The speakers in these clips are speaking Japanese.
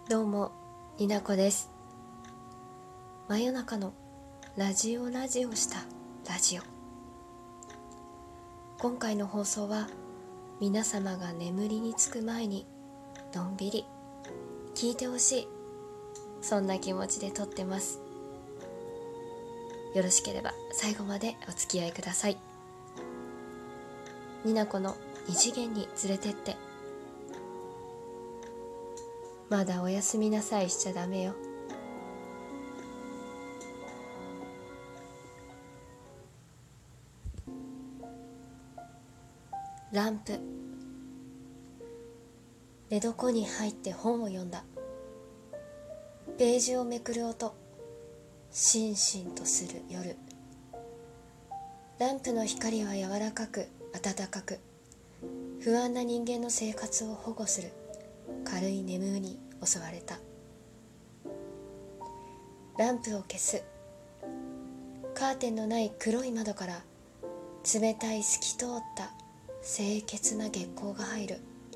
どうも、になこです。真夜中のラジオしたラジオ。今回の放送は皆様が眠りにつく前にのんびり聞いてほしい、そんな気持ちで撮ってます。よろしければ最後までお付き合いください。になこの二次元に連れてって。まだおやすみなさいしちゃダメよ。ランプ。寝床に入って本を読んだ。ページをめくる音、しんしんとする夜。ランプの光は柔らかく暖かく、不安な人間の生活を保護する軽い眠りに襲われた。ランプを消す。カーテンのない黒い窓から冷たい透き通った清潔な月光が入る。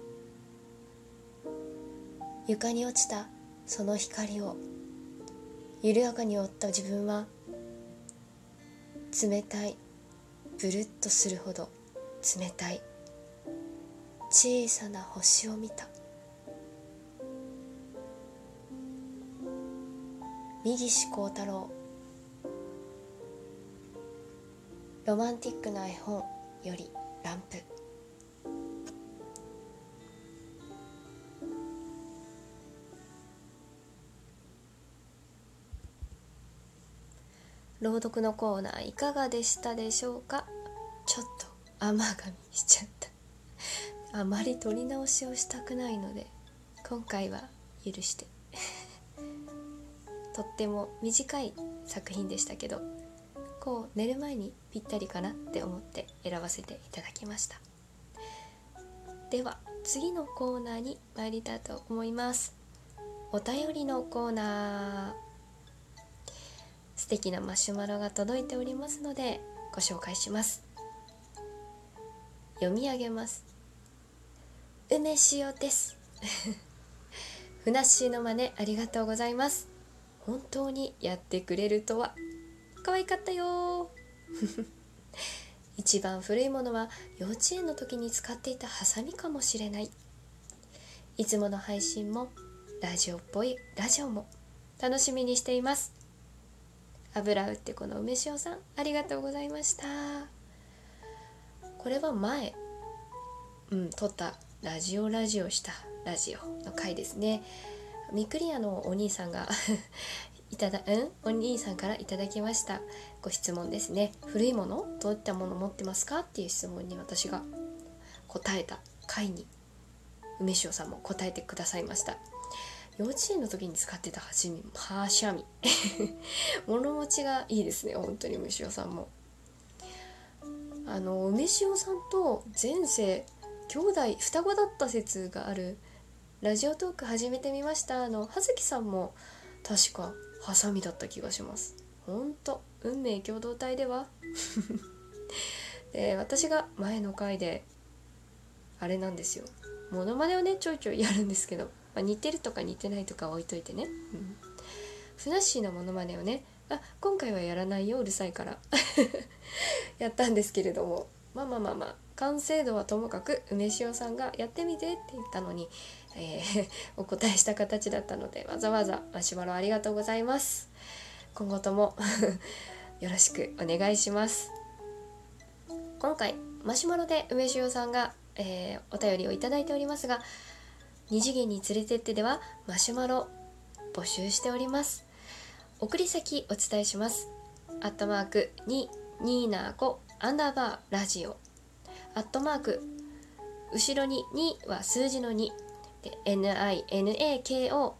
床に落ちたその光を緩やかに追った自分は、冷たい、ブルッとするほど冷たい小さな星を見た。三岸幸太郎。ロマンティックな絵本よりランプ。朗読のコーナーいかがでしたでしょうか。ちょっと甘噛みしちゃった。あまり撮り直しをしたくないので今回は許してとっても短い作品でしたけど、こう寝る前にぴったりかなって思って選ばせていただきました。では次のコーナーに参りたいと思います。お便りのコーナー。素敵なマシュマロが届いておりますのでご紹介します。読み上げます。梅塩ですふなっしーの真似ありがとうございます。本当にやってくれるとは。可愛かったよ一番古いものは幼稚園の時に使っていたハサミかもしれない。いつもの配信もラジオっぽいラジオも楽しみにしています。油売ってこの梅塩さんありがとうございました。これは前撮ったラジオしたラジオの回ですね。ミクリアのお兄さんがお兄さんからいただきましたご質問ですね。古いものどういったもの持ってますかっていう質問に私が答えた回に梅塩さんも答えてくださいました。幼稚園の時に使ってたハシャミ物持ちがいいですね。本当に梅塩さんも梅塩さんと前世兄弟双子だった説があるラジオトーク始めてみました。葉月さんも確かハサミだった気がします。ほんと運命共同体ではで、私が前の回であれなんですよ、モノマネをねちょいちょいやるんですけど、似てるとか似てないとか置いといてね、ふなっしーのモノマネをね今回はやらないようるさいからやったんですけれども、完成度はともかく梅塩さんがやってみてって言ったのに、お答えした形だったので、わざわざマシュマロありがとうございます。今後ともよろしくお願いします。今回マシュマロで梅塩さんが、お便りをいただいておりますが、二次元に連れてってではマシュマロ募集しております。送り先お伝えします。@225ラジオ後ろに2は数字の2で NINAKO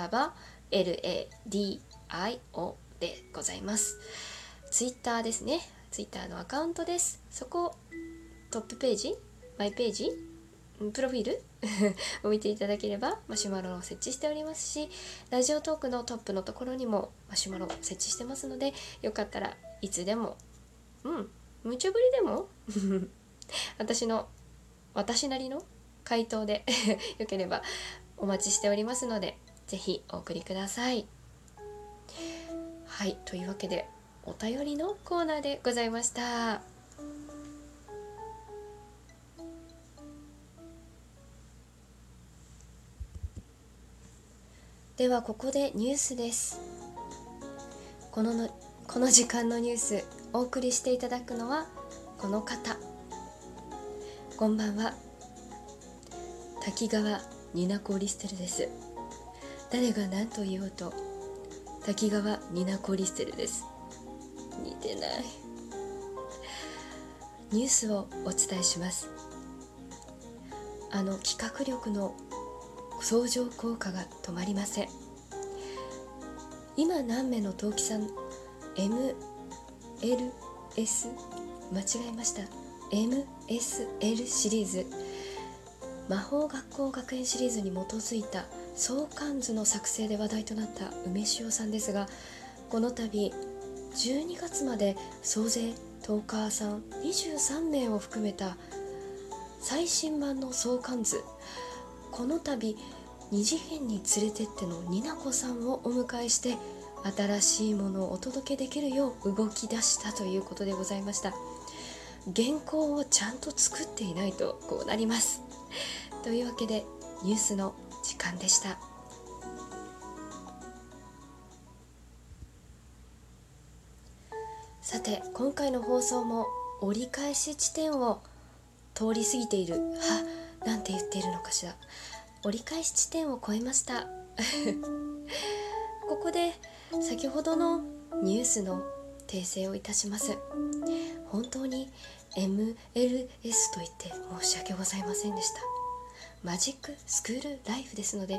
_LADIO でございます。ツイッターですね。ツイッターのアカウントです。そこトップページ、マイページ、プロフィールを見ていただければマシュマロを設置しておりますし、ラジオトークのトップのところにもマシュマロを設置してますので、よかったらいつでも無茶ぶりでも私なりの回答でよければお待ちしておりますので、 ぜひお送りください。はい、というわけでお便りのコーナーでございました。ではここでニュースです。この時間のニュースお送りしていただくのはこの方。こんばんは、滝川ニナコリステルです。誰が何と言おうと滝川ニナコリステルです。似てない。ニュースをお伝えします。企画力の相乗効果が止まりません。今何名の陶器さん MLS 間違えました MSL シリーズ魔法学校学園シリーズに基づいた相関図の作成で話題となった梅塩さんですが、この度12月まで総勢トーカーさん23名を含めた最新版の相関図、この度二次元に連れてってのニナコさんをお迎えして新しいものをお届けできるよう動き出したということでございました。原稿をちゃんと作っていないとこうなりますというわけでニュースの時間でした。さて今回の放送も折り返し地点を通り過ぎている、なんて言っているのかしら、折り返し地点を越えましたここで先ほどのニュースの訂正をいたします。本当に MLS と言って申し訳ございませんでした。マジックスクールライフですので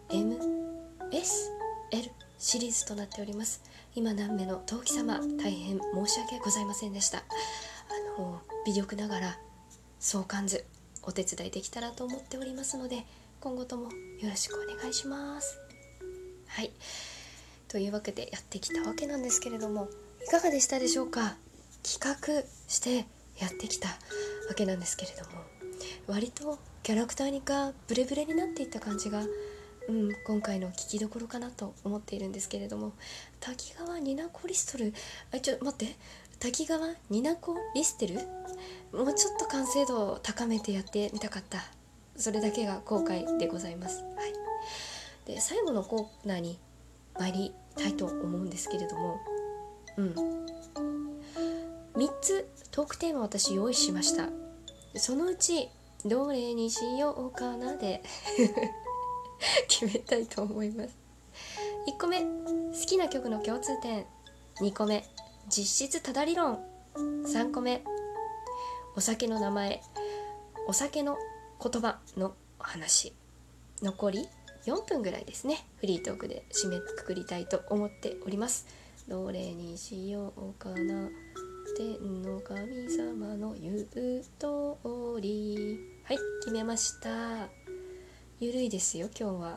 MSL シリーズとなっております。今何名の陶器様、大変申し訳ございませんでした。微力ながら相関図お手伝いできたらと思っておりますので、今後ともよろしくお願いします。はい、というわけでやってきたわけなんですけれども、いかがでしたでしょうか。企画してやってきたわけなんですけれども、割とキャラクターにブレブレになっていった感じが、今回の聞きどころかなと思っているんですけれども、滝川ニナコリストル、ちょっと待って、滝川ニナコリステル、もうちょっと完成度を高めてやってみたかった。それだけが後悔でございます。はい、で最後のコーナーに参りたいと思うんですけれども、3つトークテーマを私用意しました。そのうちどれにしようかなで決めたいと思います。1個目、好きな曲の共通点。2個目、実質ただ理論。3個目、お酒の名前、お酒の言葉の話。残り4分ぐらいですね。フリートークで締めくくりたいと思っております。どれにしようかな、天の神様の言う通り。はい、決めました。ゆるいですよ今日は。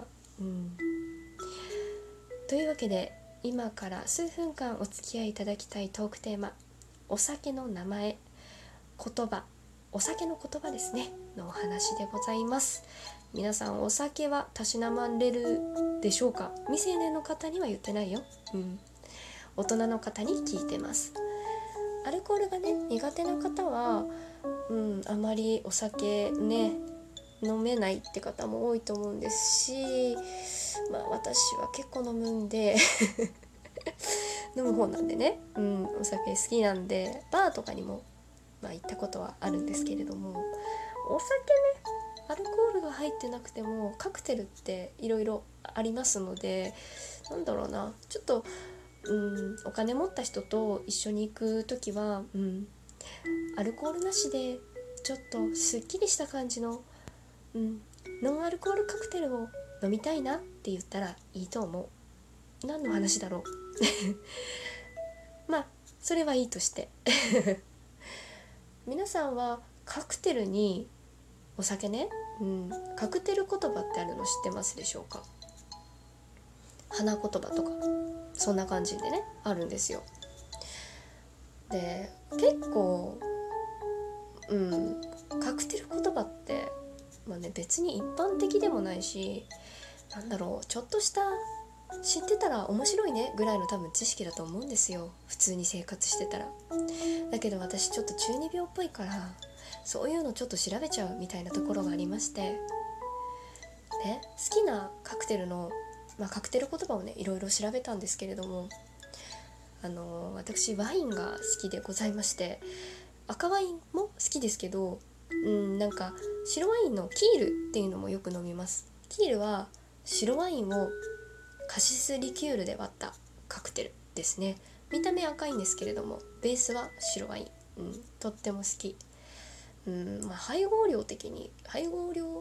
というわけで今から数分間お付き合いいただきたいトークテーマ、お酒の名前、言葉、お酒の言葉ですねのお話でございます。皆さんお酒はたしなまれるでしょうか。未成年の方には言ってないよ。大人の方に聞いてます。アルコールがね苦手な方は、あまりお酒ね飲めないって方も多いと思うんですし、私は結構飲むんで飲む方なんでね、お酒好きなんでバーとかにも行ったことはあるんですけれども、お酒ねアルコールが入ってなくてもカクテルっていろいろありますので、ちょっとお金持った人と一緒に行くときは、アルコールなしでちょっとすっきりした感じの、ノンアルコールカクテルを飲みたいなって言ったらいいと思う。何の話だろうそれはいいとして皆さんはカクテルにお酒ね、カクテル言葉ってあるの知ってますでしょうか。花言葉とかそんな感じでねあるんですよ。で結構カクテル言葉って、別に一般的でもないし、 なんだろう、ちょっとした知ってたら面白いねぐらいの多分知識だと思うんですよ、普通に生活してたら。だけど私ちょっと中二病っぽいから、そういうのちょっと調べちゃうみたいなところがありまして、ね、好きなカクテルの、カクテル言葉をねいろいろ調べたんですけれども、私ワインが好きでございまして、赤ワインも好きですけど、なんか白ワインのキールっていうのもよく飲みます。キールは白ワインをカシスリキュールで割ったカクテルですね。見た目赤いんですけれどもベースは白ワイン、とっても好き。配合量的に配合量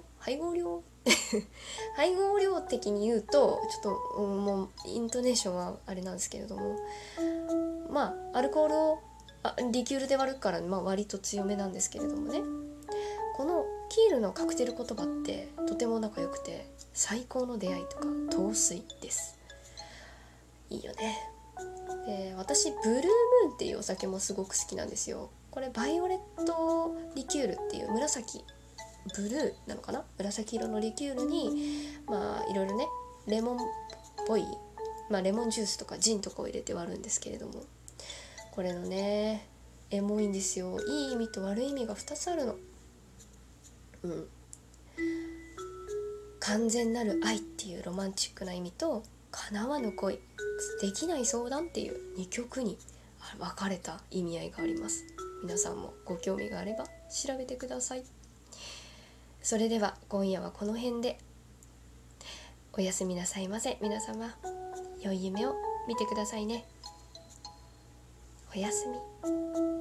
配合量的に言うとちょっと、もうイントネーションはあれなんですけれども、アルコールをリキュールで割るから、割と強めなんですけれどもね、このキールのカクテル言葉ってとても仲良くて、最高の出会いとか陶酔です。いいよね。私ブルームーンっていうお酒もすごく好きなんですよ。これバイオレットリキュールっていう紫、ブルーなのかな、紫色のリキュールにいろいろね、レモンっぽい、レモンジュースとかジンとかを入れて割るんですけれども、これのねエモいんですよ。いい意味と悪い意味が2つあるの。完全なる愛っていうロマンチックな意味と、叶わぬ恋、できない相談っていう2曲に分かれた意味合いがあります。皆さんもご興味があれば調べてください。それでは今夜はこの辺で。おやすみなさいませ。皆様良い夢を見てくださいね。おやすみ。